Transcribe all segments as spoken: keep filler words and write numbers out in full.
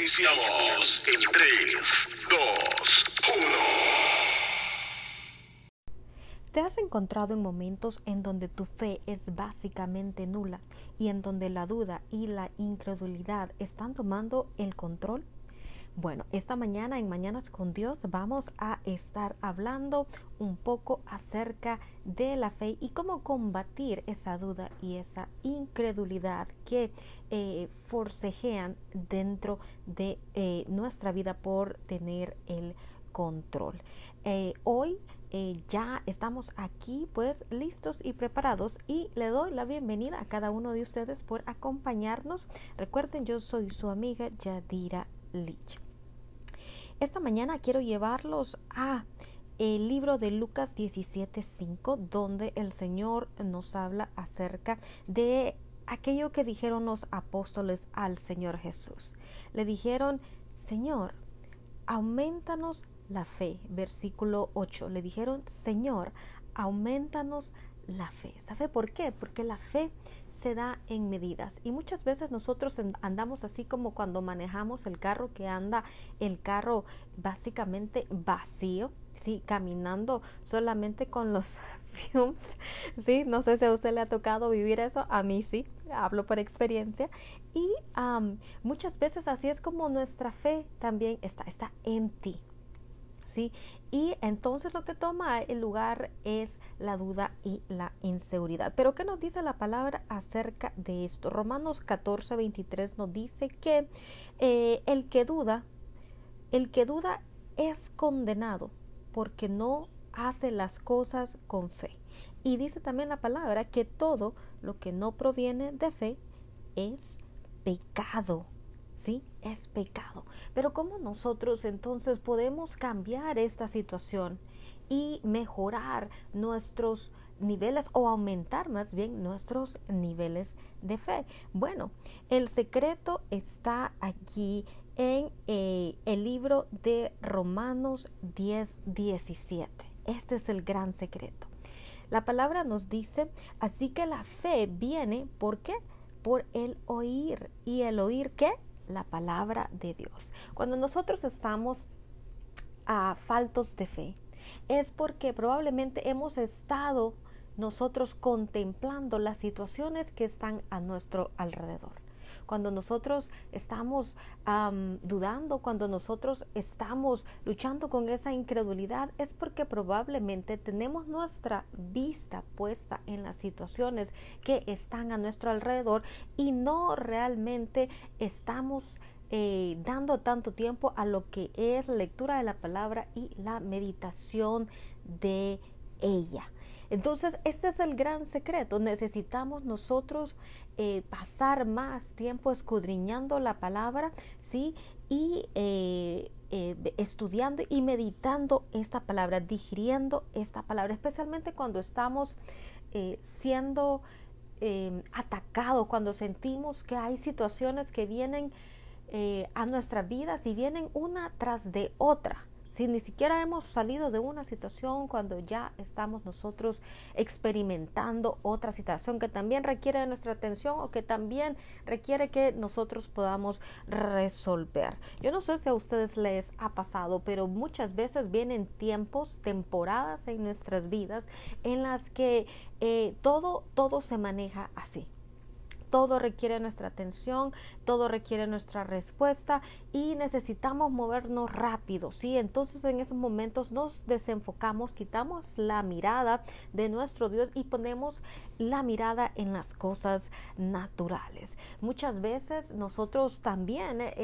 Iniciamos en tres, dos, uno. ¿Te has encontrado en momentos en donde tu fe es básicamente nula y en donde la duda y la incredulidad están tomando el control? Bueno, esta mañana en Mañanas con Dios vamos a estar hablando un poco acerca de la fe y cómo combatir esa duda y esa incredulidad que eh, forcejean dentro de eh, nuestra vida por tener el control. Eh, hoy eh, ya estamos aquí pues listos y preparados y le doy la bienvenida a cada uno de ustedes por acompañarnos. Recuerden, yo soy su amiga Yadira Lich. Esta mañana quiero llevarlos a el libro de Lucas diecisiete cinco, donde el Señor nos habla acerca de aquello que dijeron los apóstoles al Señor Jesús. Le dijeron: Señor, aumentanos la fe. Versículo ocho. Le dijeron: Señor, aumentanos la fe. ¿Sabe por qué? Porque la fe se da en medidas y muchas veces nosotros andamos así como cuando manejamos el carro, que anda el carro básicamente vacío, sí, caminando solamente con los fumes, sí, no sé si a usted le ha tocado vivir eso, a mí sí, hablo por experiencia y um, muchas veces así es como nuestra fe también está, está empty. ¿Sí? Y entonces lo que toma el lugar es la duda y la inseguridad. Pero ¿qué nos dice la palabra acerca de esto? Romanos catorce veintitrés nos dice que eh, el que duda, el que duda es condenado porque no hace las cosas con fe. Y dice también la palabra que todo lo que no proviene de fe es pecado. Sí, es pecado. Pero ¿cómo nosotros entonces podemos cambiar esta situación y mejorar nuestros niveles o aumentar más bien nuestros niveles de fe? Bueno, el secreto está aquí en eh, el libro de Romanos diez diecisiete. Este es el gran secreto. La palabra nos dice, así que la fe viene, ¿por qué? Por el oír. ¿Y el oír qué? La palabra de Dios. Cuando nosotros estamos a faltos de fe, es porque probablemente hemos estado nosotros contemplando las situaciones que están a nuestro alrededor. Cuando nosotros estamos um, dudando, cuando nosotros estamos luchando con esa incredulidad, es porque probablemente tenemos nuestra vista puesta en las situaciones que están a nuestro alrededor y no realmente estamos eh, dando tanto tiempo a lo que es la lectura de la palabra y la meditación de ella. Entonces, este es el gran secreto. Necesitamos nosotros eh, pasar más tiempo escudriñando la palabra, ¿sí? Y eh, eh, estudiando y meditando esta palabra, digiriendo esta palabra, especialmente cuando estamos eh, siendo eh, atacados, cuando sentimos que hay situaciones que vienen eh, a nuestras vidas y vienen una tras de otra. Si ni siquiera hemos salido de una situación, cuando ya estamos nosotros experimentando otra situación que también requiere de nuestra atención o que también requiere que nosotros podamos resolver. Yo no sé si a ustedes les ha pasado, pero muchas veces vienen tiempos, temporadas en nuestras vidas en las que eh, todo, todo se maneja así. Todo requiere nuestra atención, todo requiere nuestra respuesta y necesitamos movernos rápido, ¿sí? Entonces en esos momentos nos desenfocamos, quitamos la mirada de nuestro Dios y ponemos la mirada en las cosas naturales. Muchas veces nosotros también eh,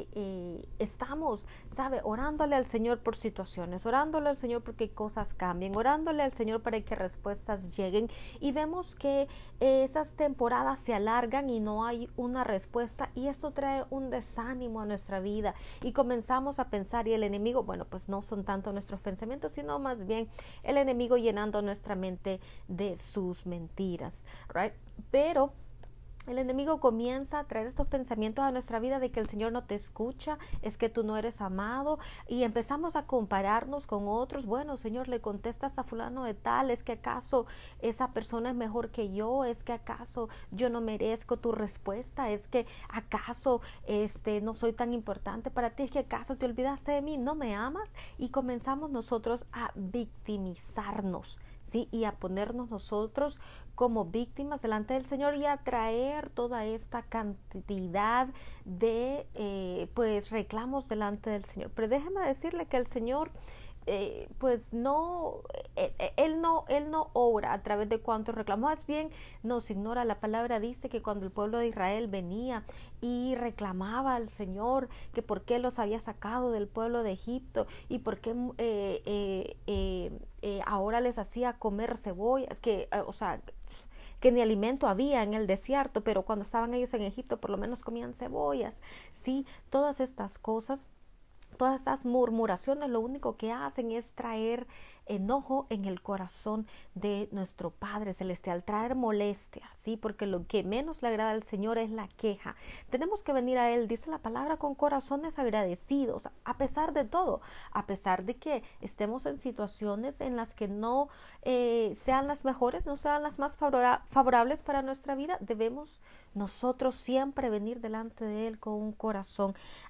eh, estamos, ¿sabe? Orándole al Señor por situaciones, orándole al Señor porque cosas cambien, orándole al Señor para que respuestas lleguen y vemos que eh, esas temporadas se alargan y no hay una respuesta y eso trae un desánimo a nuestra vida y comenzamos a pensar y el enemigo, bueno, pues no son tanto nuestros pensamientos, sino más bien el enemigo llenando nuestra mente de sus mentiras, right? Pero El enemigo comienza a traer estos pensamientos a nuestra vida de que el Señor no te escucha, es que tú no eres amado, y empezamos a compararnos con otros. Bueno, Señor, le contestas a fulano de tal, es que acaso esa persona es mejor que yo, es que acaso yo no merezco tu respuesta, es que acaso este no soy tan importante para ti, es que acaso te olvidaste de mí, no me amas, y comenzamos nosotros a victimizarnos, ¿sí? Y a ponernos nosotros como víctimas delante del Señor y a traer toda esta cantidad de eh, pues reclamos delante del Señor. Pero déjeme decirle que el Señor eh, pues no eh, él no él no obra a través de cuantos reclamos, más bien nos ignora. La palabra dice que cuando el pueblo de Israel venía y reclamaba al Señor que por qué los había sacado del pueblo de Egipto y por qué eh, eh, eh, eh, ahora les hacía comer cebollas, que eh, o sea que ni alimento había en el desierto, pero cuando estaban ellos en Egipto por lo menos comían cebollas, sí, todas estas cosas, todas estas murmuraciones lo único que hacen es traer enojo en el corazón de nuestro Padre Celestial, traer molestia, ¿sí? Porque lo que menos le agrada al Señor es la queja. Tenemos que venir a Él, dice la palabra, con corazones agradecidos, a pesar de todo, a pesar de que estemos en situaciones en las que no eh, sean las mejores, no sean las más favora- favorables para nuestra vida. Debemos nosotros siempre venir delante de Él con un corazón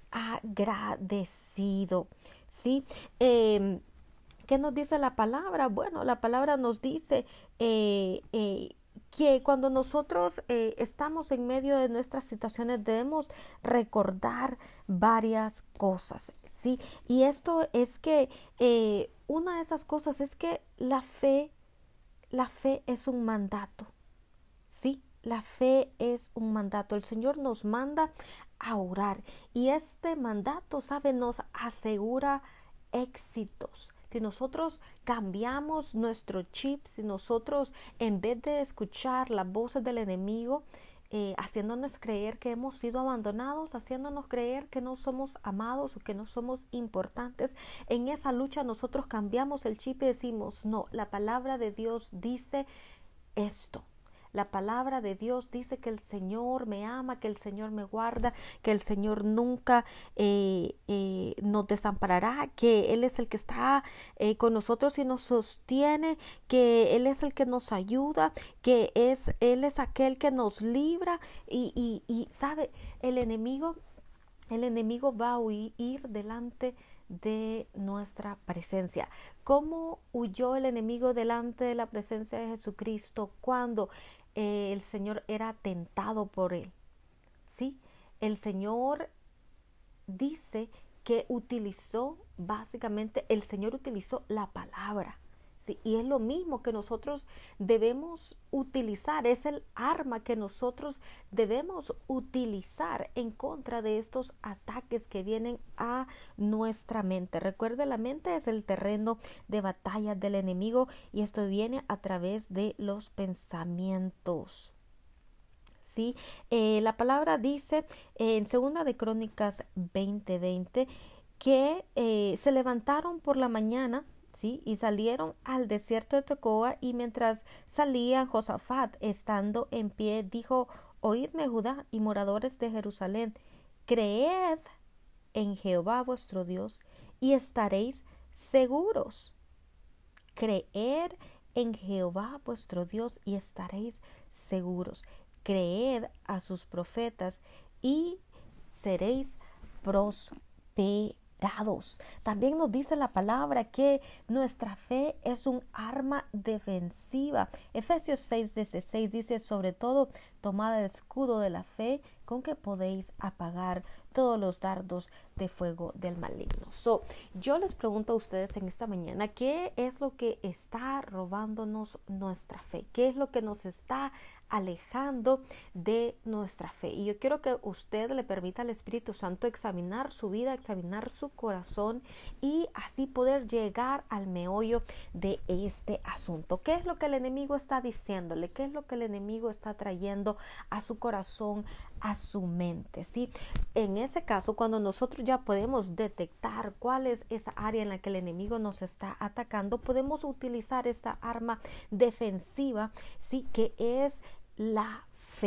agradecido, ¿sí? Eh, ¿Qué nos dice la palabra? Bueno, la palabra nos dice eh, eh, que cuando nosotros eh, estamos en medio de nuestras situaciones debemos recordar varias cosas, ¿sí? Y esto es que eh, una de esas cosas es que la fe, la fe es un mandato, ¿sí? La fe es un mandato. El Señor nos manda a orar y este mandato, ¿sabe? Nos asegura éxitos. Si nosotros cambiamos nuestro chip, si nosotros en vez de escuchar las voces del enemigo, eh, haciéndonos creer que hemos sido abandonados, haciéndonos creer que no somos amados o que no somos importantes, en esa lucha nosotros cambiamos el chip y decimos, no, la palabra de Dios dice esto. La palabra de Dios dice que el Señor me ama, que el Señor me guarda, que el Señor nunca eh, eh, nos desamparará, que Él es el que está eh, con nosotros y nos sostiene, que Él es el que nos ayuda, que es, Él es aquel que nos libra y, y, y sabe, el enemigo, el enemigo va a huir delante de nuestra presencia. ¿Cómo huyó el enemigo delante de la presencia de Jesucristo cuando eh, el Señor era tentado por él? ¿Sí? El Señor dice que utilizó, básicamente, el Señor utilizó la palabra. Sí, y es lo mismo que nosotros debemos utilizar, es el arma que nosotros debemos utilizar en contra de estos ataques que vienen a nuestra mente. Recuerde, la mente es el terreno de batalla del enemigo y esto viene a través de los pensamientos. ¿Sí? Eh, la palabra dice eh, en segunda de Crónicas veinte veinte que eh, se levantaron por la mañana, ¿sí? Y salieron al desierto de Tecoa, y mientras salían, Josafat, estando en pie, dijo: Oídme, Judá y moradores de Jerusalén, creed en Jehová vuestro Dios y estaréis seguros. Creed en Jehová vuestro Dios y estaréis seguros. Creed a sus profetas y seréis prosperados. También nos dice la palabra que nuestra fe es un arma defensiva. Efesios seis dieciséis dice: sobre todo, tomad el escudo de la fe, con que podéis apagar todos los dardos de fuego del maligno. So, yo les pregunto a ustedes en esta mañana, ¿qué es lo que está robándonos nuestra fe? ¿Qué es lo que nos está alejando de nuestra fe? Y yo quiero que usted le permita al Espíritu Santo examinar su vida, examinar su corazón y así poder llegar al meollo de este asunto. ¿Qué es lo que el enemigo está diciéndole? ¿Qué es lo que el enemigo está trayendo a su corazón, a su mente? ¿Sí? En ese caso, cuando nosotros ya podemos detectar cuál es esa área en la que el enemigo nos está atacando, podemos utilizar esta arma defensiva, ¿sí? Que es la fe.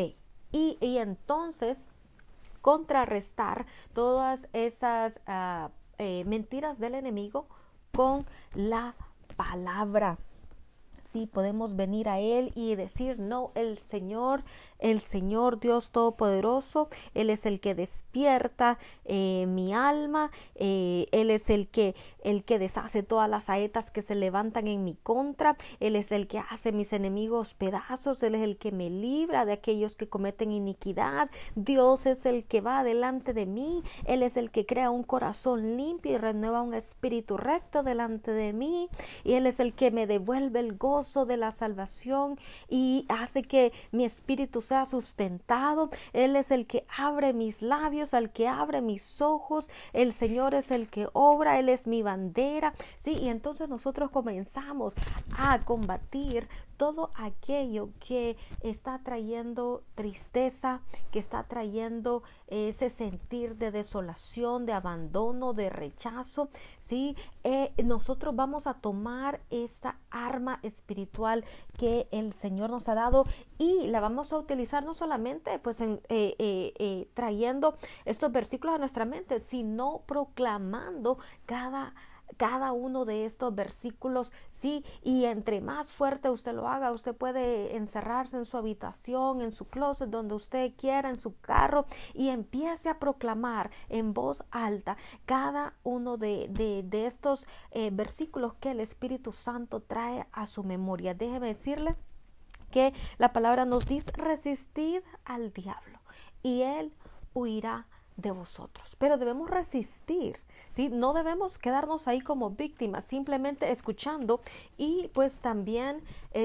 y, y entonces contrarrestar todas esas uh, eh, mentiras del enemigo con la palabra. Sí, podemos venir a Él y decir, no, el Señor, el Señor Dios Todopoderoso, Él es el que despierta eh, mi alma, eh, Él es el que, el que deshace todas las saetas que se levantan en mi contra, Él es el que hace mis enemigos pedazos, Él es el que me libra de aquellos que cometen iniquidad, Dios es el que va delante de mí, Él es el que crea un corazón limpio y renueva un espíritu recto delante de mí, y Él es el que me devuelve el gozo de la salvación y hace que mi espíritu sea sustentado. Él es el que abre mis labios, el que abre mis ojos. El Señor es el que obra, Él es mi bandera. Sí, y entonces nosotros comenzamos a combatir todo aquello que está trayendo tristeza, que está trayendo ese sentir de desolación, de abandono, de rechazo. ¿Sí? Eh, nosotros vamos a tomar esta arma espiritual que el Señor nos ha dado y la vamos a utilizar no solamente pues en, eh, eh, eh, trayendo estos versículos a nuestra mente, sino proclamando cada cada uno de estos versículos, sí, y entre más fuerte usted lo haga, usted puede encerrarse en su habitación, en su closet, donde usted quiera, en su carro, y empiece a proclamar en voz alta cada uno de, de, de estos eh, versículos que el Espíritu Santo trae a su memoria. Déjeme decirle que la palabra nos dice, resistid al diablo y él huirá de vosotros, pero debemos resistir. ¿Sí? No debemos quedarnos ahí como víctimas, simplemente escuchando y pues también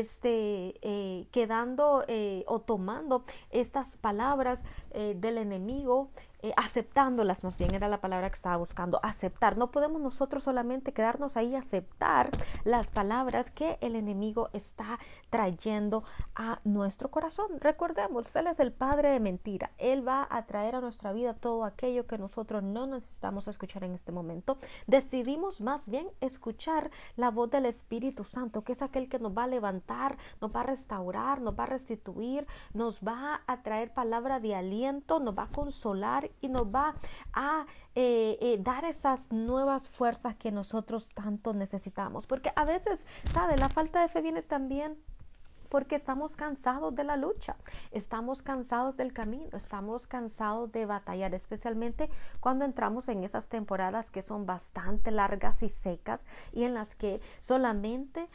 este, eh, quedando eh, o tomando estas palabras eh, del enemigo, eh, aceptándolas, más bien era la palabra que estaba buscando, aceptar. No podemos nosotros solamente quedarnos ahí y aceptar las palabras que el enemigo está trayendo a nuestro corazón. Recordemos, Él es el padre de mentira. Él va a traer a nuestra vida todo aquello que nosotros no necesitamos escuchar en este momento. Decidimos más bien escuchar la voz del Espíritu Santo, que es aquel que nos va a levantar, nos va a restaurar, nos va a restituir, nos va a traer palabra de aliento, nos va a consolar y nos va a eh, eh, dar esas nuevas fuerzas que nosotros tanto necesitamos. Porque a veces, ¿sabe? La falta de fe viene también porque estamos cansados de la lucha, estamos cansados del camino, estamos cansados de batallar, especialmente cuando entramos en esas temporadas que son bastante largas y secas y en las que solamente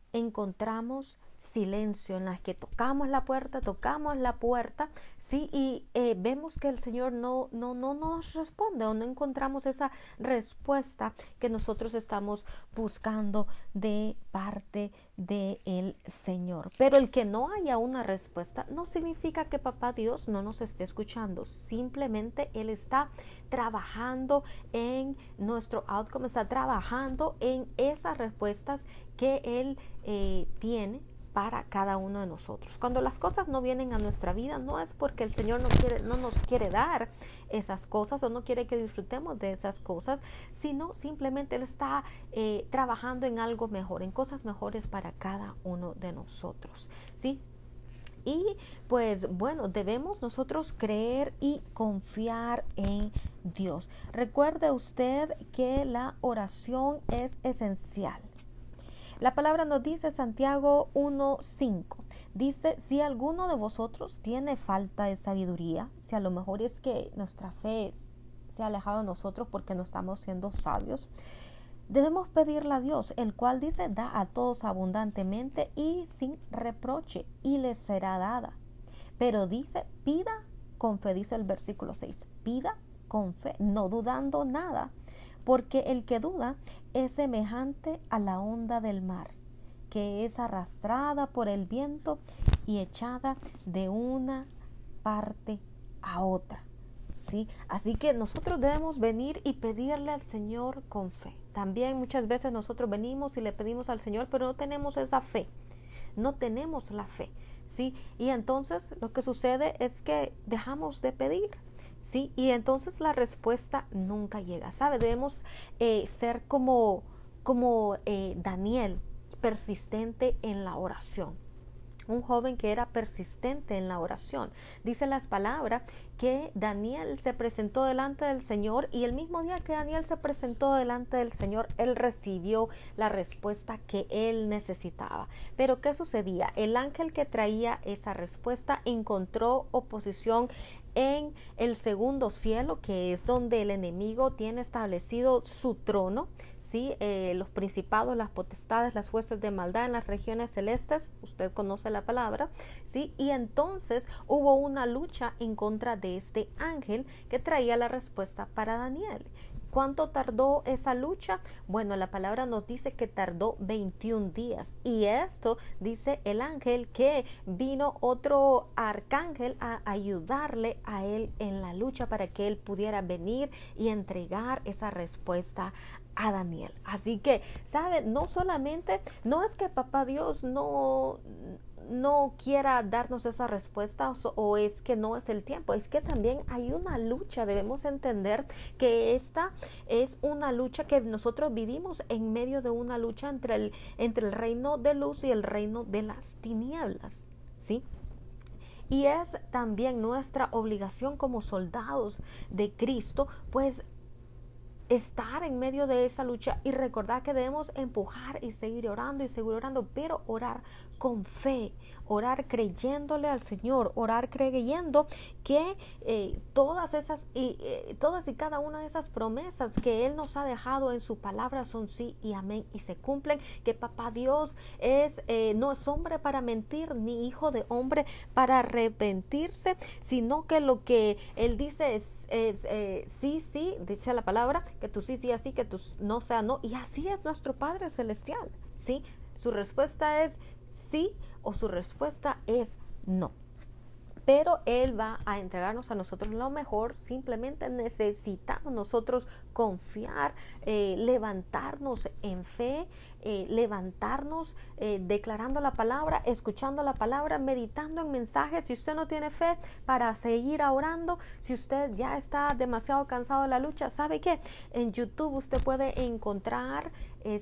encontramos silencio, en las que tocamos la puerta, tocamos la puerta, sí, y eh, vemos que el Señor no, no, no nos responde o no encontramos esa respuesta que nosotros estamos buscando de parte del Señor. Pero el que no haya una respuesta no significa que Papá Dios no nos esté escuchando, simplemente Él está trabajando en nuestro outcome, está trabajando en esas respuestas que Él eh, tiene para cada uno de nosotros. Cuando las cosas no vienen a nuestra vida, no es porque el Señor no quiere, no nos quiere dar esas cosas o no quiere que disfrutemos de esas cosas, sino simplemente Él está eh, trabajando en algo mejor, en cosas mejores para cada uno de nosotros, ¿sí? Y pues bueno, debemos nosotros creer y confiar en Dios. Recuerde usted que la oración es esencial. La palabra nos dice Santiago uno cinco, dice, si alguno de vosotros tiene falta de sabiduría, si a lo mejor es que nuestra fe se ha alejado de nosotros porque no estamos siendo sabios, debemos pedirle a Dios, el cual dice, da a todos abundantemente y sin reproche, y les será dada. Pero dice, pida con fe, dice el versículo seis, pida con fe, no dudando nada, porque el que duda es semejante a la onda del mar, que es arrastrada por el viento y echada de una parte a otra. ¿Sí? Así que nosotros debemos venir y pedirle al Señor con fe. También muchas veces nosotros venimos y le pedimos al Señor, pero no tenemos esa fe, no tenemos la fe, ¿sí? Y entonces lo que sucede es que dejamos de pedir, ¿sí? Y entonces la respuesta nunca llega, ¿sabe? Debemos eh, ser como, como eh, Daniel, persistente en la oración. un joven que era persistente en la oración. Dice las palabras que Daniel se presentó delante del Señor y el mismo día que Daniel se presentó delante del Señor, él recibió la respuesta que él necesitaba. Pero ¿qué sucedía? El ángel que traía esa respuesta encontró oposición en el segundo cielo, que es donde el enemigo tiene establecido su trono. ¿Sí? Eh, los principados, las potestades, las fuerzas de maldad en las regiones celestes, usted conoce la palabra, ¿sí? Y entonces hubo una lucha en contra de este ángel que traía la respuesta para Daniel. ¿Cuánto tardó esa lucha? Bueno, la palabra nos dice que tardó veintiún días. Y esto dice el ángel que vino otro arcángel a ayudarle a él en la lucha para que él pudiera venir y entregar esa respuesta a Daniel. Así que, ¿sabe? No solamente, no es que papá Dios no... no quiera darnos esa respuesta o, o es que no es el tiempo, es que también hay una lucha. Debemos entender que esta es una lucha que nosotros vivimos en medio de una lucha entre el, entre el reino de luz y el reino de las tinieblas, ¿sí? Y es también nuestra obligación como soldados de Cristo, pues estar en medio de esa lucha y recordar que debemos empujar y seguir orando y seguir orando, pero orar con fe, orar creyéndole al Señor, orar creyendo que eh, todas esas y eh, todas y cada una de esas promesas que Él nos ha dejado en su palabra son sí y amén y se cumplen, que papá Dios es eh, no es hombre para mentir ni hijo de hombre para arrepentirse, sino que lo que Él dice es, es eh, sí, sí, dice la palabra, que tu sí, sí, así, que tu no sea no, y así es nuestro Padre Celestial, ¿sí? Su respuesta es sí o su respuesta es no. Pero Él va a entregarnos a nosotros lo mejor. Simplemente necesitamos nosotros confiar, eh, levantarnos en fe, eh, levantarnos eh, declarando la palabra, escuchando la palabra, meditando en mensajes. Si usted no tiene fe para seguir orando, si usted ya está demasiado cansado de la lucha, ¿sabe qué? En YouTube usted puede encontrar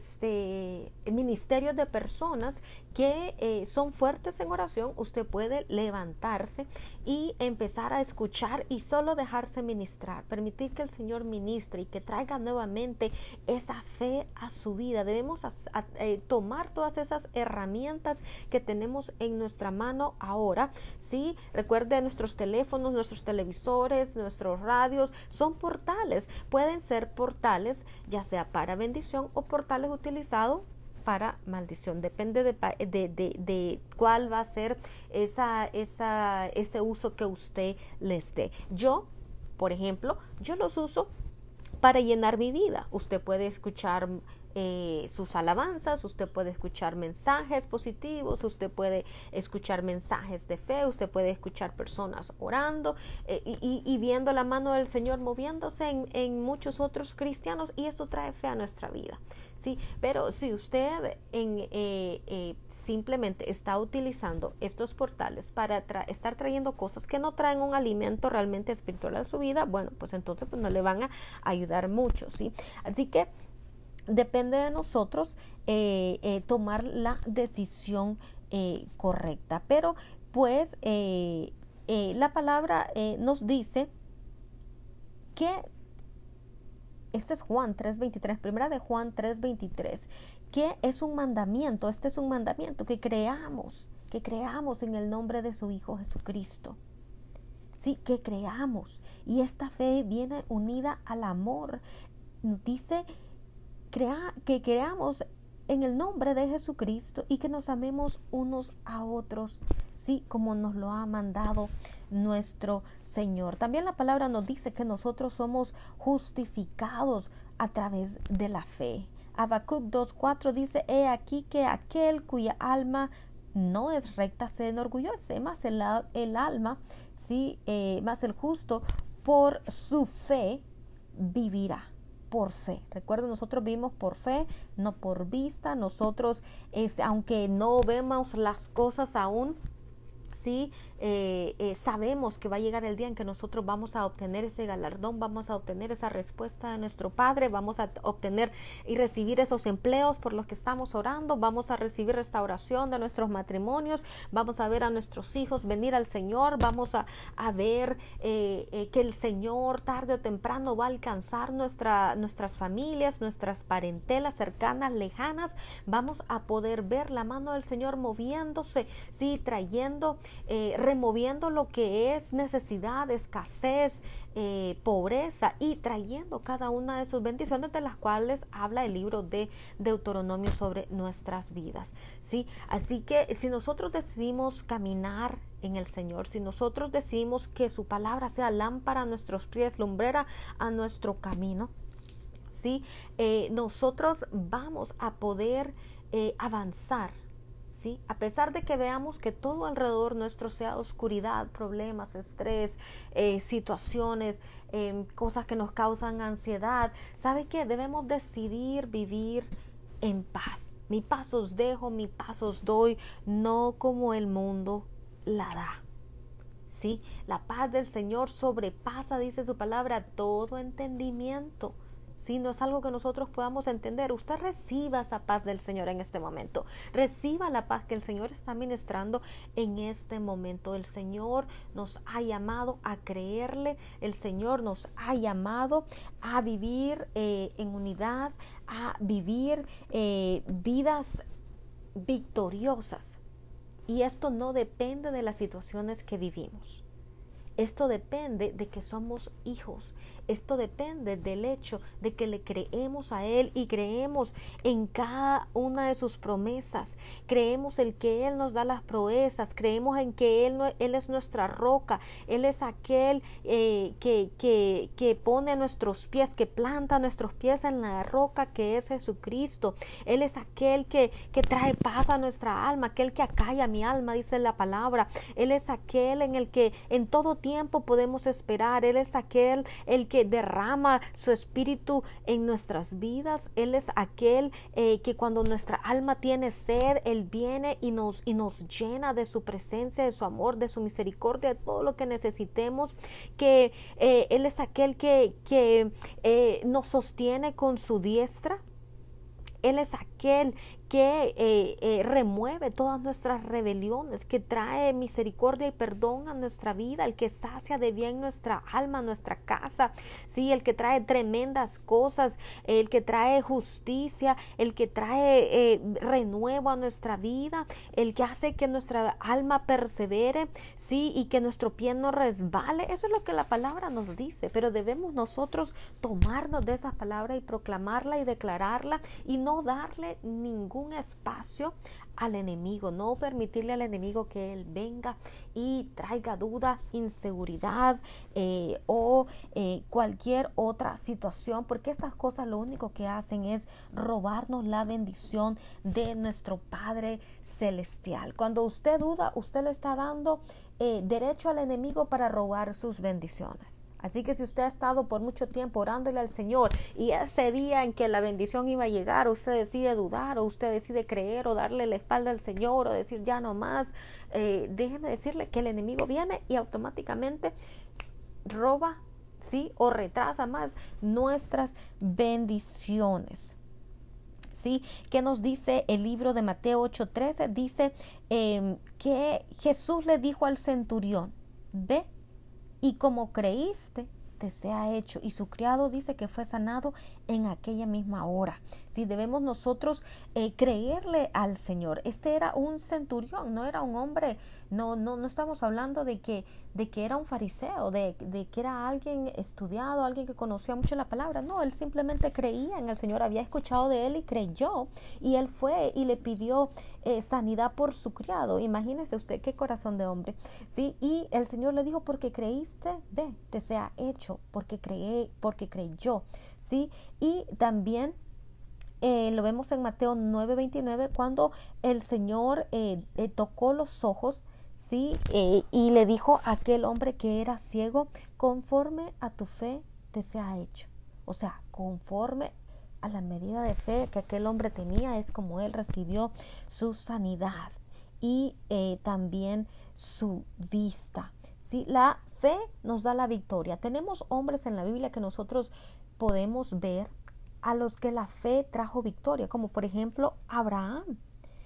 este ministerios de personas que eh, son fuertes en oración. Usted puede levantarse y empezar a escuchar y solo dejarse ministrar, permitir que el Señor ministre y que traiga nuevamente esa fe a su vida. Debemos a, a, eh, tomar todas esas herramientas que tenemos en nuestra mano ahora, ¿sí? Recuerde, nuestros teléfonos, nuestros televisores, nuestros radios son portales, pueden ser portales ya sea para bendición o portales utilizados para maldición. Depende de, de, de, de cuál va a ser esa, esa, ese uso que usted les dé. Yo, por ejemplo, yo los uso para llenar mi vida. Usted puede escuchar eh, sus alabanzas, usted puede escuchar mensajes positivos, usted puede escuchar mensajes de fe, usted puede escuchar personas orando eh, y, y viendo la mano del Señor moviéndose en, en muchos otros cristianos, y eso trae fe a nuestra vida. Sí, pero si usted en, eh, eh, simplemente está utilizando estos portales para tra estar trayendo cosas que no traen un alimento realmente espiritual a su vida, bueno, pues entonces pues no le van a ayudar mucho, ¿sí? Así que depende de nosotros eh, eh, tomar la decisión eh, correcta. Pero pues eh, eh, la palabra eh, nos dice que este es Juan tres veintitrés, primera de Juan tres veintitrés, que es un mandamiento, este es un mandamiento, que creamos, que creamos en el nombre de su Hijo Jesucristo. Sí, que creamos. Y esta fe viene unida al amor. Nos dice crea, que creamos en el nombre de Jesucristo y que nos amemos unos a otros, sí, como nos lo ha mandado nuestro Señor. También la palabra nos dice que nosotros somos justificados a través de la fe. Habacuc dos cuatro dice: he aquí que aquel cuya alma no es recta se enorgullece, más el, el alma, sí, eh, más el justo por su fe vivirá. Por fe. Recuerden, nosotros vivimos por fe, no por vista. Nosotros, es, aunque no vemos las cosas aún, Sí, eh, eh, sabemos que va a llegar el día en que nosotros vamos a obtener ese galardón, vamos a obtener esa respuesta de nuestro Padre, vamos a obtener y recibir esos empleos por los que estamos orando, vamos a recibir restauración de nuestros matrimonios, vamos a ver a nuestros hijos venir al Señor, vamos a, a ver eh, eh, que el Señor tarde o temprano va a alcanzar nuestra, nuestras familias, nuestras parentelas cercanas, lejanas. Vamos a poder ver la mano del Señor moviéndose, sí, trayendo Eh, removiendo lo que es necesidad, escasez, eh, pobreza, y trayendo cada una de sus bendiciones de las cuales habla el libro de Deuteronomio sobre nuestras vidas, ¿sí? Así que si nosotros decidimos caminar en el Señor, si nosotros decidimos que su palabra sea lámpara a nuestros pies, lumbrera a nuestro camino, ¿sí? Eh, nosotros vamos a poder eh, avanzar, ¿sí? A pesar de que veamos que todo alrededor nuestro sea oscuridad, problemas, estrés, eh, situaciones, eh, cosas que nos causan ansiedad, ¿sabe qué? Debemos decidir vivir en paz. Mi paz os dejo, mi paz os doy, no como el mundo la da. ¿Sí? La paz del Señor sobrepasa, dice su palabra, todo entendimiento. Sí, no es algo que nosotros podamos entender. Usted reciba esa paz del Señor en este momento. Reciba la paz que el Señor está ministrando en este momento. El Señor nos ha llamado a creerle. El Señor nos ha llamado a vivir eh, en unidad, a vivir eh, vidas victoriosas. Y esto no depende de las situaciones que vivimos. Esto depende de que somos hijos. Esto depende del hecho de que le creemos a Él y creemos en cada una de sus promesas. Creemos en que Él nos da las proezas. Creemos en que Él, él es nuestra roca. Él es aquel eh, que, que, que pone nuestros pies, que planta nuestros pies en la roca que es Jesucristo. Él es aquel que, que trae paz a nuestra alma, aquel que acalla mi alma, dice la palabra. Él es aquel en el que en todo tiempo podemos esperar. Él es aquel el que derrama su espíritu en nuestras vidas. Él es aquel eh, que cuando nuestra alma tiene sed, Él viene y nos, y nos llena de su presencia, de su amor, de su misericordia, de todo lo que necesitemos. Que eh, Él es aquel que, que eh, nos sostiene con su diestra. Él es aquel que eh, eh, remueve todas nuestras rebeliones, que trae misericordia y perdón a nuestra vida, el que sacia de bien nuestra alma, nuestra casa, sí, el que trae tremendas cosas, el que trae justicia, el que trae eh, renuevo a nuestra vida, el que hace que nuestra alma persevere, sí, y que nuestro pie no resbale. Eso es lo que la palabra nos dice, pero debemos nosotros tomarnos de esa palabra y proclamarla y declararla y no darle ningún espacio al enemigo, no permitirle al enemigo que él venga y traiga duda, inseguridad eh, o eh, cualquier otra situación, porque estas cosas lo único que hacen es robarnos la bendición de nuestro Padre Celestial. Cuando usted duda, usted le está dando eh, derecho al enemigo para robar sus bendiciones. Así que si usted ha estado por mucho tiempo orándole al Señor y ese día en que la bendición iba a llegar, usted decide dudar o usted decide creer o darle la espalda al Señor o decir ya no más, eh, déjeme decirle que el enemigo viene y automáticamente roba, ¿sí? O retrasa más nuestras bendiciones. ¿Sí? ¿Qué nos dice el libro de Mateo ocho trece? Dice eh, que Jesús le dijo al centurión, ve, y como creíste, te sea hecho. Y su criado dice que fue sanado en aquella misma hora. Si debemos nosotros eh, creerle al Señor. Este era un centurión, no era un hombre, no, no, no estamos hablando de que, de que era un fariseo, de, de que era alguien estudiado, alguien que conocía mucho la palabra. No, él simplemente creía en el Señor, había escuchado de él y creyó. Y él fue y le pidió eh, sanidad por su criado. Imagínese usted qué corazón de hombre. ¿Sí? Y el Señor le dijo, porque creíste, ve, te sea hecho, porque creé, porque creyó. ¿Sí? Y también Eh, lo vemos en Mateo nueve veintinueve cuando el Señor eh, eh, tocó los ojos, ¿sí? Eh, y le dijo a aquel hombre que era ciego, conforme a tu fe te sea hecho. O sea, conforme a la medida de fe que aquel hombre tenía es como él recibió su sanidad. y eh, también su vista. ¿Sí? La fe nos da la victoria. Tenemos hombres en la Biblia que nosotros podemos ver a los que la fe trajo victoria, como por ejemplo Abraham.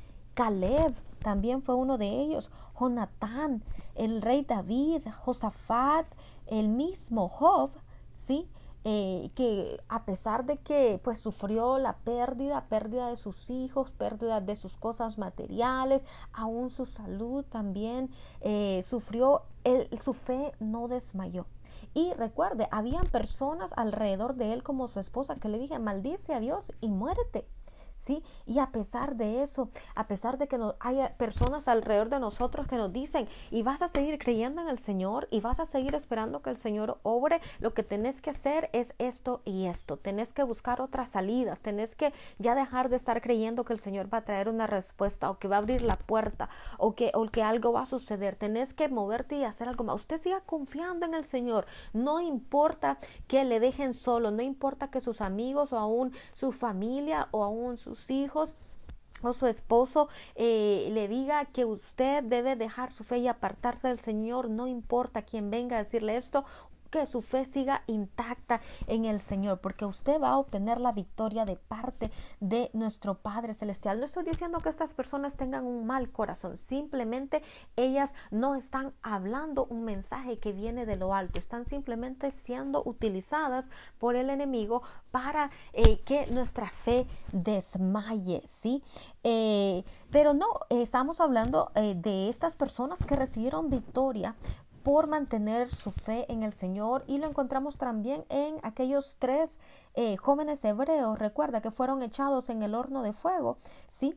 Caleb también fue uno de ellos, Jonatán, el rey David, Josafat, el mismo Job, ¿sí? Eh, que a pesar de que pues sufrió la pérdida, pérdida de sus hijos, pérdida de sus cosas materiales, aún su salud también eh, sufrió, el, su fe no desmayó. Y recuerde, habían personas alrededor de él como su esposa que le dije, maldice a Dios y muérete. ¿Sí? Y a pesar de eso, a pesar de que no, haya personas alrededor de nosotros que nos dicen, y vas a seguir creyendo en el Señor, y vas a seguir esperando que el Señor obre, lo que tenés que hacer es esto y esto, tenés que buscar otras salidas, tenés que ya dejar de estar creyendo que el Señor va a traer una respuesta, o que va a abrir la puerta, o que, o que algo va a suceder, tenés que moverte y hacer algo más. Usted siga confiando en el Señor, no importa que le dejen solo, no importa que sus amigos, o aún su familia, o aún sus hijos o su esposo eh, le diga que usted debe dejar su fe y apartarse del Señor, no importa quién venga a decirle esto, que su fe siga intacta en el Señor, porque usted va a obtener la victoria de parte de nuestro Padre Celestial. No estoy diciendo que estas personas tengan un mal corazón, simplemente ellas no están hablando un mensaje que viene de lo alto, están simplemente siendo utilizadas por el enemigo para eh, que nuestra fe desmaye, ¿sí? Eh, pero no, eh, estamos hablando eh, de estas personas que recibieron victoria por mantener su fe en el Señor, y lo encontramos también en aquellos tres eh, jóvenes hebreos, recuerda, que fueron echados en el horno de fuego, ¿sí?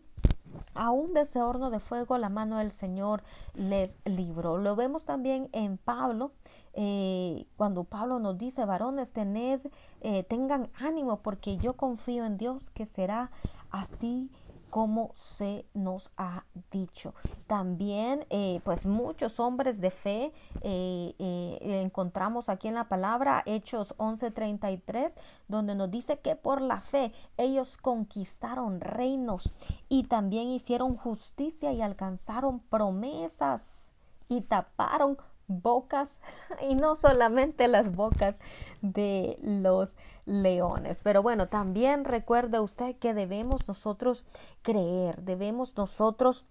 Aún de ese horno de fuego la mano del Señor les libró. Lo vemos también en Pablo, eh, cuando Pablo nos dice, varones, tened, eh, tengan ánimo, porque yo confío en Dios que será así como se nos ha dicho. También eh, pues muchos hombres de fe eh, eh, encontramos aquí en la palabra, Hechos once treinta y tres, donde nos dice que por la fe ellos conquistaron reinos y también hicieron justicia y alcanzaron promesas y taparon bocas, y no solamente las bocas de los leones. Pero bueno, también recuerde usted que debemos nosotros creer, debemos nosotros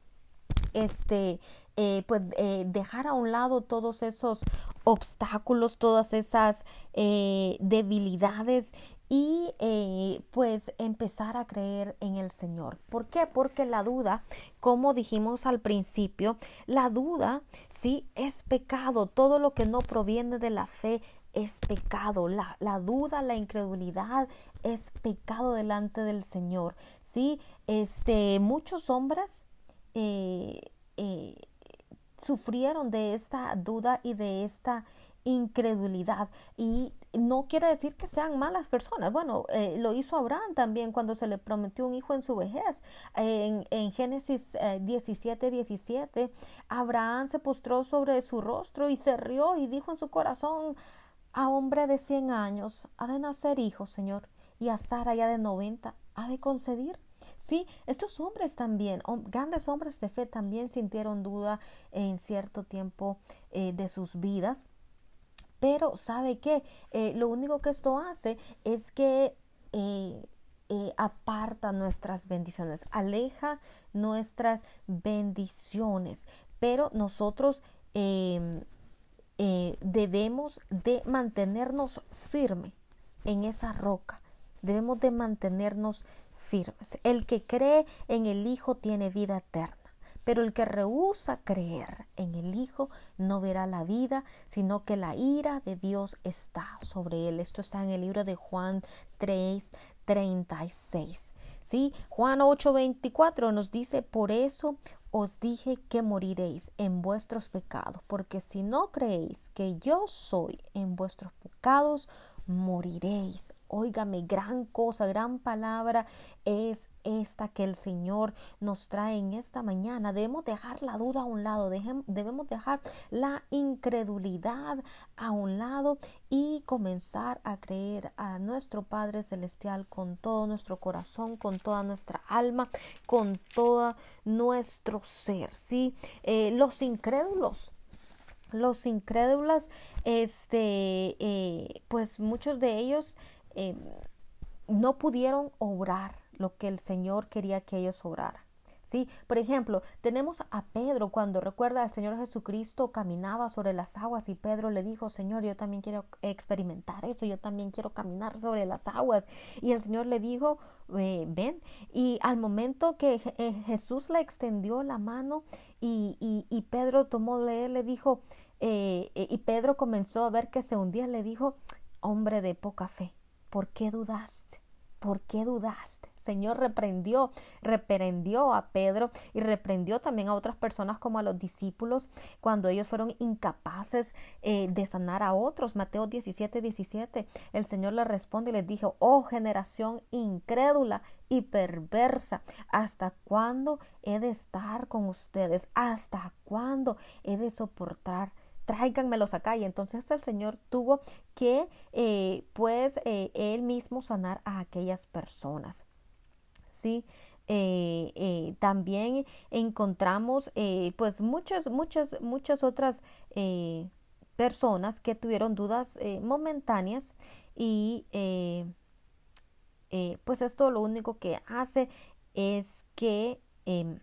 este eh, pues eh, dejar a un lado todos esos obstáculos, todas esas eh, debilidades, y eh, pues empezar a creer en el Señor. ¿Por qué? Porque la duda, como dijimos al principio, la duda sí es pecado. Todo lo que no proviene de la fe es pecado. La, la duda, la incredulidad es pecado delante del Señor. Sí, este, muchos hombres eh, eh, sufrieron de esta duda y de esta incredulidad, y no quiere decir que sean malas personas. Bueno, eh, lo hizo Abraham también cuando se le prometió un hijo en su vejez. Eh, en, en Génesis eh, diecisiete diecisiete, Abraham se postró sobre su rostro y se rió y dijo en su corazón, a hombre de cien años ha de nacer hijo, Señor, y a Sara ya de noventa ha de concebir. Sí, estos hombres también, grandes hombres de fe, también sintieron duda en cierto tiempo eh, de sus vidas. Pero ¿sabe qué? Eh, lo único que esto hace es que eh, eh, aparta nuestras bendiciones, aleja nuestras bendiciones. Pero nosotros eh, eh, debemos de mantenernos firmes en esa roca. Debemos de mantenernos firmes. El que cree en el Hijo tiene vida eterna. Pero el que rehúsa creer en el Hijo no verá la vida, sino que la ira de Dios está sobre él. Esto está en el libro de Juan tres treinta y seis. ¿Sí? Juan ocho veinticuatro nos dice, por eso os dije que moriréis en vuestros pecados, porque si no creéis que yo soy en vuestros pecados, moriréis. Óigame, gran cosa, gran palabra es esta que el Señor nos trae en esta mañana. Debemos dejar la duda a un lado, debemos dejar la incredulidad a un lado y comenzar a creer a nuestro Padre Celestial con todo nuestro corazón, con toda nuestra alma, con todo nuestro ser, ¿sí? Eh, los incrédulos Los incrédulos, este, eh, pues muchos de ellos eh, no pudieron obrar lo que el Señor quería que ellos obraran. ¿Sí? Por ejemplo, tenemos a Pedro cuando recuerda al Señor Jesucristo caminaba sobre las aguas y Pedro le dijo, Señor, yo también quiero experimentar eso, yo también quiero caminar sobre las aguas. Y el Señor le dijo, eh, ven. Y al momento que eh, Jesús le extendió la mano y, y, y Pedro tomó de él, le dijo, eh, eh, y Pedro comenzó a ver que se hundía, le dijo, hombre de poca fe, ¿por qué dudaste? ¿Por qué dudaste? Señor reprendió, reprendió a Pedro y reprendió también a otras personas como a los discípulos cuando ellos fueron incapaces eh, de sanar a otros. Mateo diecisiete, diecisiete. El Señor les responde y les dijo, oh generación incrédula y perversa, ¿hasta cuándo he de estar con ustedes? ¿Hasta cuándo he de soportar? Tráiganmelos acá. Y entonces el Señor tuvo que eh, pues eh, él mismo sanar a aquellas personas. Sí, eh, eh, también encontramos eh, pues muchas, muchas, muchas otras eh, personas que tuvieron dudas eh, momentáneas y eh, eh, pues esto lo único que hace es que eh,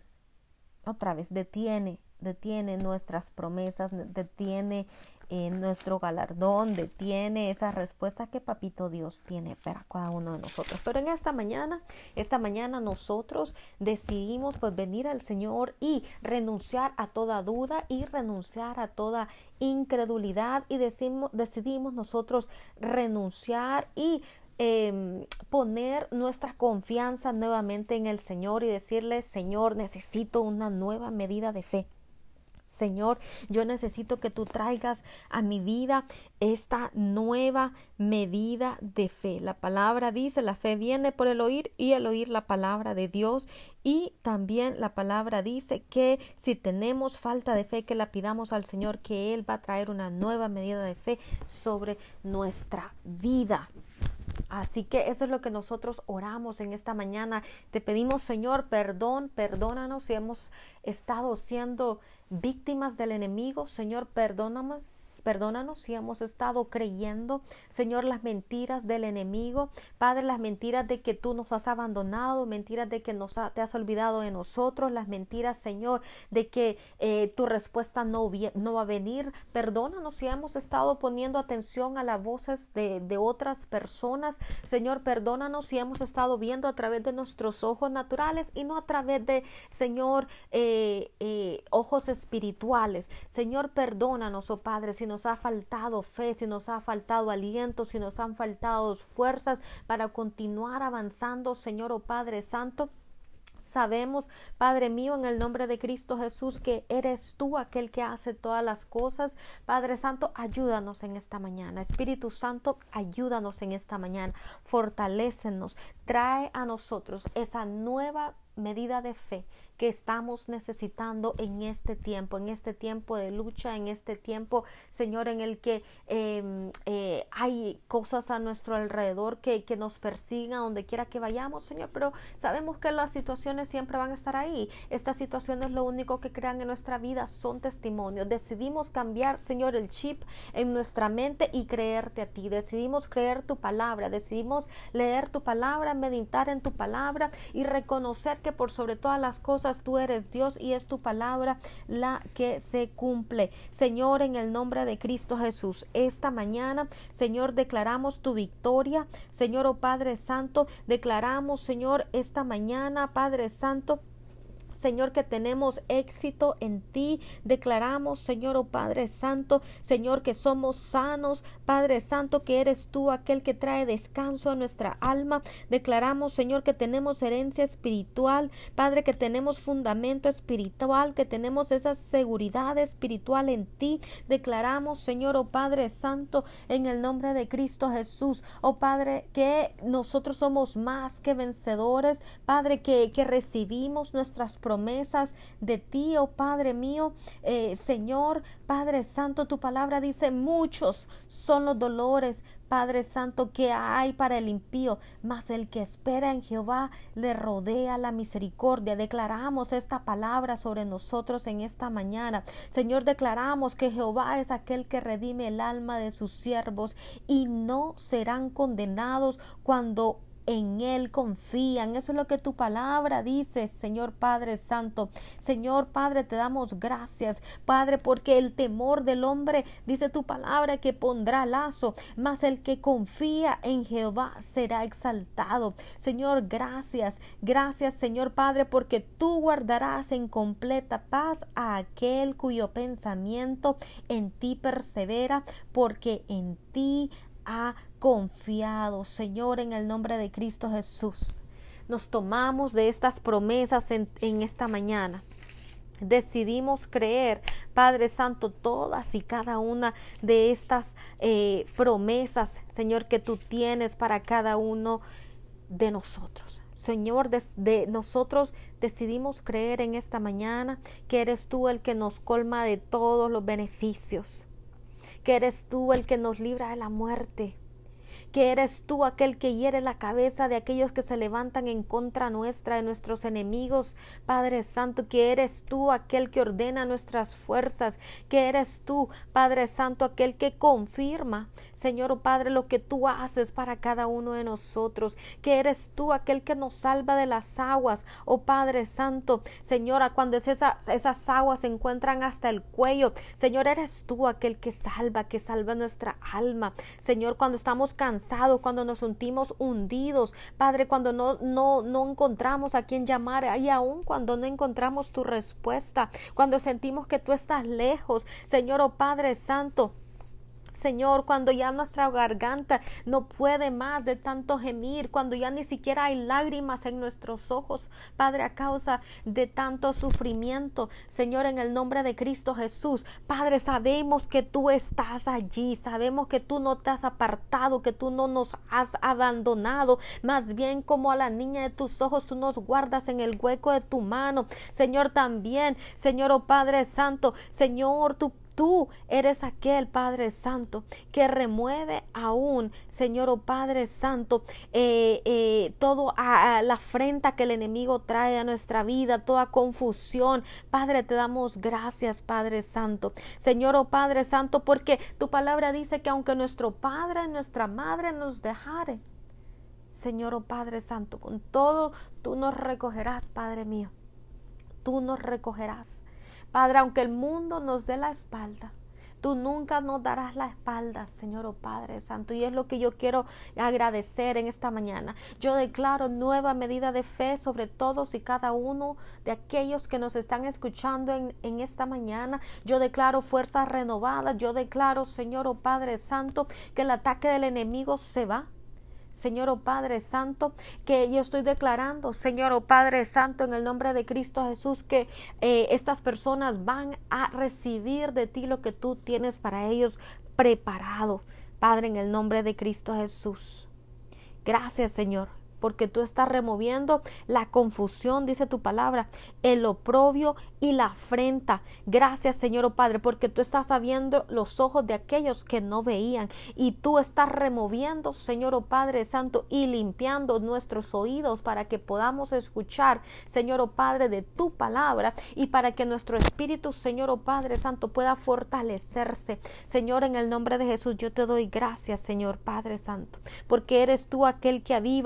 otra vez detiene, detiene nuestras promesas, detiene eh, nuestro galardón, detiene esa respuesta que Papito Dios tiene para cada uno de nosotros. Pero en esta mañana, esta mañana nosotros decidimos pues venir al Señor y renunciar a toda duda y renunciar a toda incredulidad y decimos, decidimos nosotros renunciar y Eh, poner nuestra confianza nuevamente en el Señor y decirle, Señor, necesito una nueva medida de fe. Señor, yo necesito que tú traigas a mi vida esta nueva medida de fe. La palabra dice, la fe viene por el oír y el oír la palabra de Dios. Y también la palabra dice que si tenemos falta de fe, que la pidamos al Señor, que Él va a traer una nueva medida de fe sobre nuestra vida. Así que eso es lo que nosotros oramos en esta mañana. Te pedimos, Señor, perdón, perdónanos si hemos estado siendo víctimas del enemigo. Señor, perdónanos, perdónanos si hemos estado creyendo, Señor, las mentiras del enemigo. Padre, las mentiras de que tú nos has abandonado, mentiras de que nos ha, te has olvidado de nosotros, las mentiras, Señor, de que eh, tu respuesta no, no va a venir. Perdónanos si hemos estado poniendo atención a las voces de, de otras personas. Señor, perdónanos si hemos estado viendo a través de nuestros ojos naturales y no a través de, Señor, eh, eh, ojos espirituales. Señor, perdónanos, oh Padre, si nos ha faltado fe, si nos ha faltado aliento, si nos han faltado fuerzas para continuar avanzando, Señor, oh Padre Santo. Sabemos, Padre mío, en el nombre de Cristo Jesús, que eres tú aquel que hace todas las cosas. Padre Santo, ayúdanos en esta mañana. Espíritu Santo, ayúdanos en esta mañana. Fortalécenos. Trae a nosotros esa nueva medida de fe que estamos necesitando en este tiempo, en este tiempo de lucha, en este tiempo, Señor, en el que eh, eh, hay cosas a nuestro alrededor que, que nos persigan donde quiera que vayamos, Señor, pero sabemos que las situaciones siempre van a estar ahí. Estas situaciones lo único que crean en nuestra vida son testimonios. Decidimos cambiar, Señor, el chip en nuestra mente y creerte a ti. Decidimos creer tu palabra, decidimos leer tu palabra, meditar en tu palabra y reconocer que por sobre todas las cosas tú eres Dios y es tu palabra la que se cumple. Señor, en el nombre de Cristo Jesús, esta mañana, Señor, declaramos tu victoria. Señor, oh Padre Santo, declaramos, Señor, esta mañana, Padre Santo, Señor, que tenemos éxito en ti. Declaramos, Señor, oh Padre Santo, Señor, que somos sanos. Padre Santo, que eres tú aquel que trae descanso a nuestra alma. Declaramos, Señor, que tenemos herencia espiritual. Padre, que tenemos fundamento espiritual, que tenemos esa seguridad espiritual en ti. Declaramos, Señor, oh Padre Santo, en el nombre de Cristo Jesús, oh Padre, que nosotros somos más que vencedores. Padre, que, que recibimos nuestras promesas de ti, oh Padre mío. Eh, Señor, Padre Santo, tu palabra dice: muchos son los dolores, Padre Santo, que hay para el impío, mas el que espera en Jehová le rodea la misericordia. Declaramos esta palabra sobre nosotros en esta mañana. Señor, declaramos que Jehová es aquel que redime el alma de sus siervos y no serán condenados cuando en Él confían. Eso es lo que tu palabra dice, Señor Padre Santo. Señor Padre, te damos gracias, Padre, porque el temor del hombre, dice tu palabra, que pondrá lazo, mas el que confía en Jehová será exaltado. Señor, gracias, gracias, Señor Padre, porque tú guardarás en completa paz a aquel cuyo pensamiento en ti persevera, porque en ti ha confiado. Señor, en el nombre de Cristo Jesús, nos tomamos de estas promesas en, en esta mañana. Decidimos creer, Padre Santo, todas y cada una de estas eh, promesas, Señor, que tú tienes para cada uno de nosotros. Señor, de, de nosotros decidimos creer en esta mañana que eres tú el que nos colma de todos los beneficios, que eres tú el que nos libra de la muerte, que eres tú aquel que hiere la cabeza de aquellos que se levantan en contra nuestra, de nuestros enemigos, Padre Santo, que eres tú aquel que ordena nuestras fuerzas, que eres tú, Padre Santo, aquel que confirma, Señor, oh Padre, lo que tú haces para cada uno de nosotros, que eres tú aquel que nos salva de las aguas, oh Padre Santo, Señora, cuando esas, esas aguas se encuentran hasta el cuello, Señor, eres tú aquel que salva, que salva nuestra alma, Señor, cuando estamos cansados, cuando nos sentimos hundidos, Padre, cuando no, no, no encontramos a quién llamar, y aún cuando no encontramos tu respuesta, cuando sentimos que tú estás lejos, Señor, oh Padre Santo, Señor, cuando ya nuestra garganta no puede más de tanto gemir, cuando ya ni siquiera hay lágrimas en nuestros ojos, Padre, a causa de tanto sufrimiento, Señor, en el nombre de Cristo Jesús, Padre, sabemos que tú estás allí, sabemos que tú no te has apartado, que tú no nos has abandonado, más bien como a la niña de tus ojos, tú nos guardas en el hueco de tu mano, Señor, también, Señor, oh Padre Santo, Señor, tú Tú eres aquel, Padre Santo, que remueve aún, Señor, oh Padre Santo, eh, eh, todo a, a la afrenta que el enemigo trae a nuestra vida, toda confusión. Padre, te damos gracias, Padre Santo. Señor, oh Padre Santo, porque tu palabra dice que aunque nuestro Padre y nuestra Madre nos dejare, Señor, oh Padre Santo, con todo tú nos recogerás, Padre mío. Tú nos recogerás. Padre, aunque el mundo nos dé la espalda, tú nunca nos darás la espalda, Señor, oh Padre Santo. Y es lo que yo quiero agradecer en esta mañana. Yo declaro nueva medida de fe sobre todos y cada uno de aquellos que nos están escuchando en, en esta mañana. Yo declaro fuerzas renovadas. Yo declaro, Señor, oh Padre Santo, que el ataque del enemigo se va. Señor, oh Padre Santo, que yo estoy declarando, Señor, oh Padre Santo, en el nombre de Cristo Jesús, que eh, estas personas van a recibir de ti lo que tú tienes para ellos preparado, Padre, en el nombre de Cristo Jesús. Gracias, Señor, porque tú estás removiendo la confusión, dice tu palabra, el oprobio y la afrenta. Gracias, Señor, oh Padre, porque tú estás abriendo los ojos de aquellos que no veían, y tú estás removiendo, Señor, oh Padre Santo, y limpiando nuestros oídos para que podamos escuchar, Señor, oh Padre, de tu palabra, y para que nuestro espíritu, Señor, oh Padre Santo, pueda fortalecerse. Señor, en el nombre de Jesús, yo te doy gracias, Señor Padre Santo, porque eres tú aquel que aviva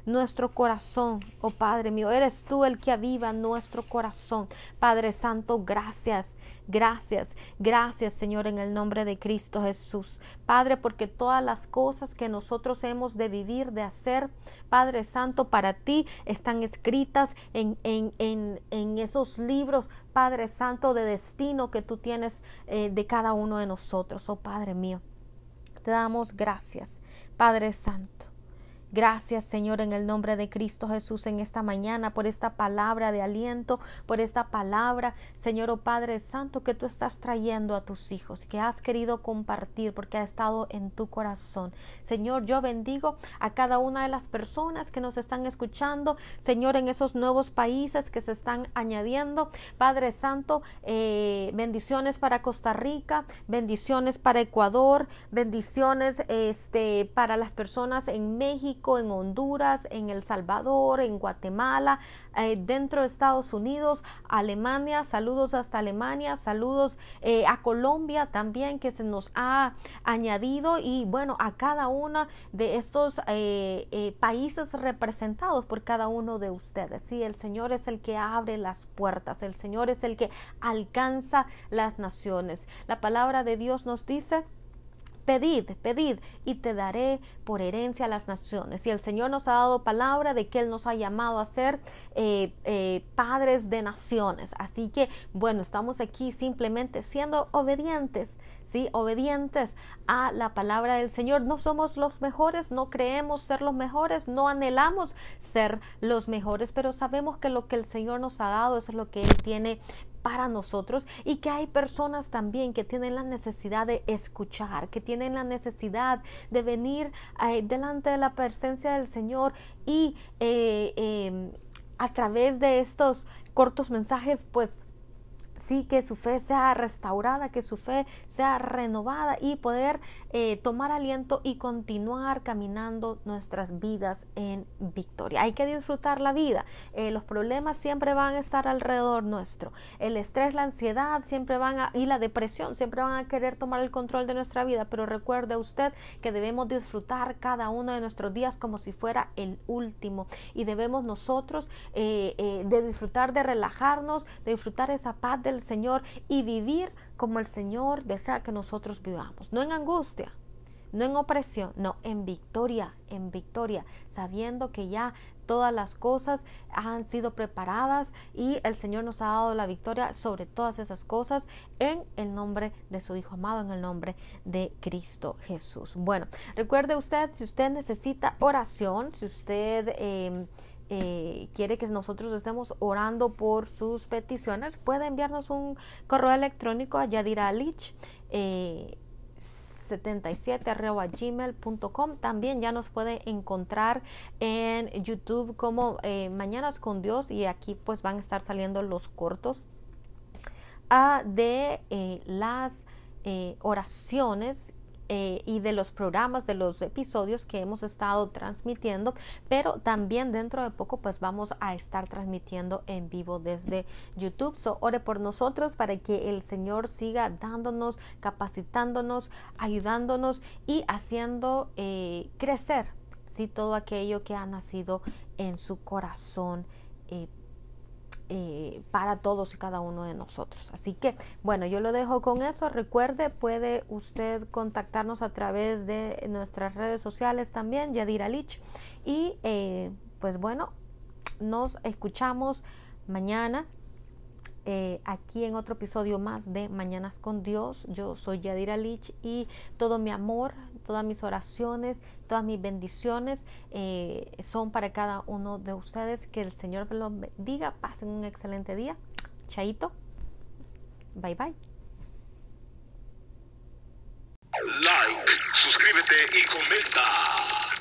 nuestro corazón, oh Padre mío. Eres tú el que aviva nuestro corazón. Padre Santo, gracias, gracias, gracias, Señor, en el nombre de Cristo Jesús. Padre, porque todas las cosas que nosotros hemos de vivir, de hacer, Padre Santo, para ti están escritas en, en, en, en esos libros, Padre Santo, de destino que tú tienes eh, de cada uno de nosotros, oh Padre mío. Te damos gracias, Padre Santo. Gracias, Señor, en el nombre de Cristo Jesús, en esta mañana, por esta palabra de aliento, por esta palabra, Señor, oh Padre Santo, que tú estás trayendo a tus hijos, que has querido compartir, porque ha estado en tu corazón. Señor, yo bendigo a cada una de las personas que nos están escuchando, Señor, en esos nuevos países que se están añadiendo. Padre Santo, eh, bendiciones para Costa Rica, bendiciones para Ecuador, bendiciones este, para las personas en México, en Honduras, en El Salvador, en Guatemala, eh, dentro de Estados Unidos, Alemania, saludos hasta Alemania, saludos eh, a Colombia también, que se nos ha añadido, y bueno, a cada uno de estos eh, eh, países representados por cada uno de ustedes. Sí, el Señor es el que abre las puertas, el Señor es el que alcanza las naciones. La palabra de Dios nos dice: pedid, pedid y te daré por herencia a las naciones. Y el Señor nos ha dado palabra de que Él nos ha llamado a ser eh, eh, padres de naciones. Así que, bueno, estamos aquí simplemente siendo obedientes, ¿sí? Obedientes a la palabra del Señor. No somos los mejores, no creemos ser los mejores, no anhelamos ser los mejores, pero sabemos que lo que el Señor nos ha dado es lo que Él tiene para nosotros, y que hay personas también que tienen la necesidad de escuchar, que tienen la necesidad de venir eh, delante de la presencia del Señor y eh, eh, a través de estos cortos mensajes, pues sí, que su fe sea restaurada, que su fe sea renovada y poder eh, tomar aliento y continuar caminando nuestras vidas en victoria. Hay que disfrutar la vida. Eh, los problemas siempre van a estar alrededor nuestro. El estrés, la ansiedad siempre van a, y la depresión siempre van a querer tomar el control de nuestra vida. Pero recuerde usted que debemos disfrutar cada uno de nuestros días como si fuera el último. Y debemos nosotros eh, eh, de disfrutar, de relajarnos, de disfrutar esa paz del Señor y vivir como el Señor desea que nosotros vivamos, no en angustia, no en opresión, no, en victoria, en victoria, sabiendo que ya todas las cosas han sido preparadas y el Señor nos ha dado la victoria sobre todas esas cosas en el nombre de su Hijo amado, en el nombre de Cristo Jesús. Bueno, recuerde usted, si usted necesita oración, si usted eh, Eh, quiere que nosotros estemos orando por sus peticiones, puede enviarnos un correo electrónico a yadiralich eh, setenta y siete arroba gmail punto com. También ya nos puede encontrar en YouTube como eh, Mañanas con Dios, y aquí pues van a estar saliendo los cortos uh, de eh, las eh, oraciones Eh, y de los programas, de los episodios que hemos estado transmitiendo, pero también dentro de poco pues vamos a estar transmitiendo en vivo desde YouTube. So, ore por nosotros para que el Señor siga dándonos, capacitándonos, ayudándonos y haciendo eh, crecer, ¿sí? Todo aquello que ha nacido en su corazón eh, Eh, para todos y cada uno de nosotros. Así que, bueno, yo lo dejo con eso. Recuerde, puede usted contactarnos a través de nuestras redes sociales también, Yadira Lich. Y eh, pues bueno, nos escuchamos mañana eh, aquí en otro episodio más de Mañanas con Dios. Yo soy Yadira Lich y todo mi amor, todas mis oraciones, todas mis bendiciones eh, son para cada uno de ustedes. Que el Señor los bendiga. Pasen un excelente día. Chaito. Bye bye. Like, suscríbete y comenta.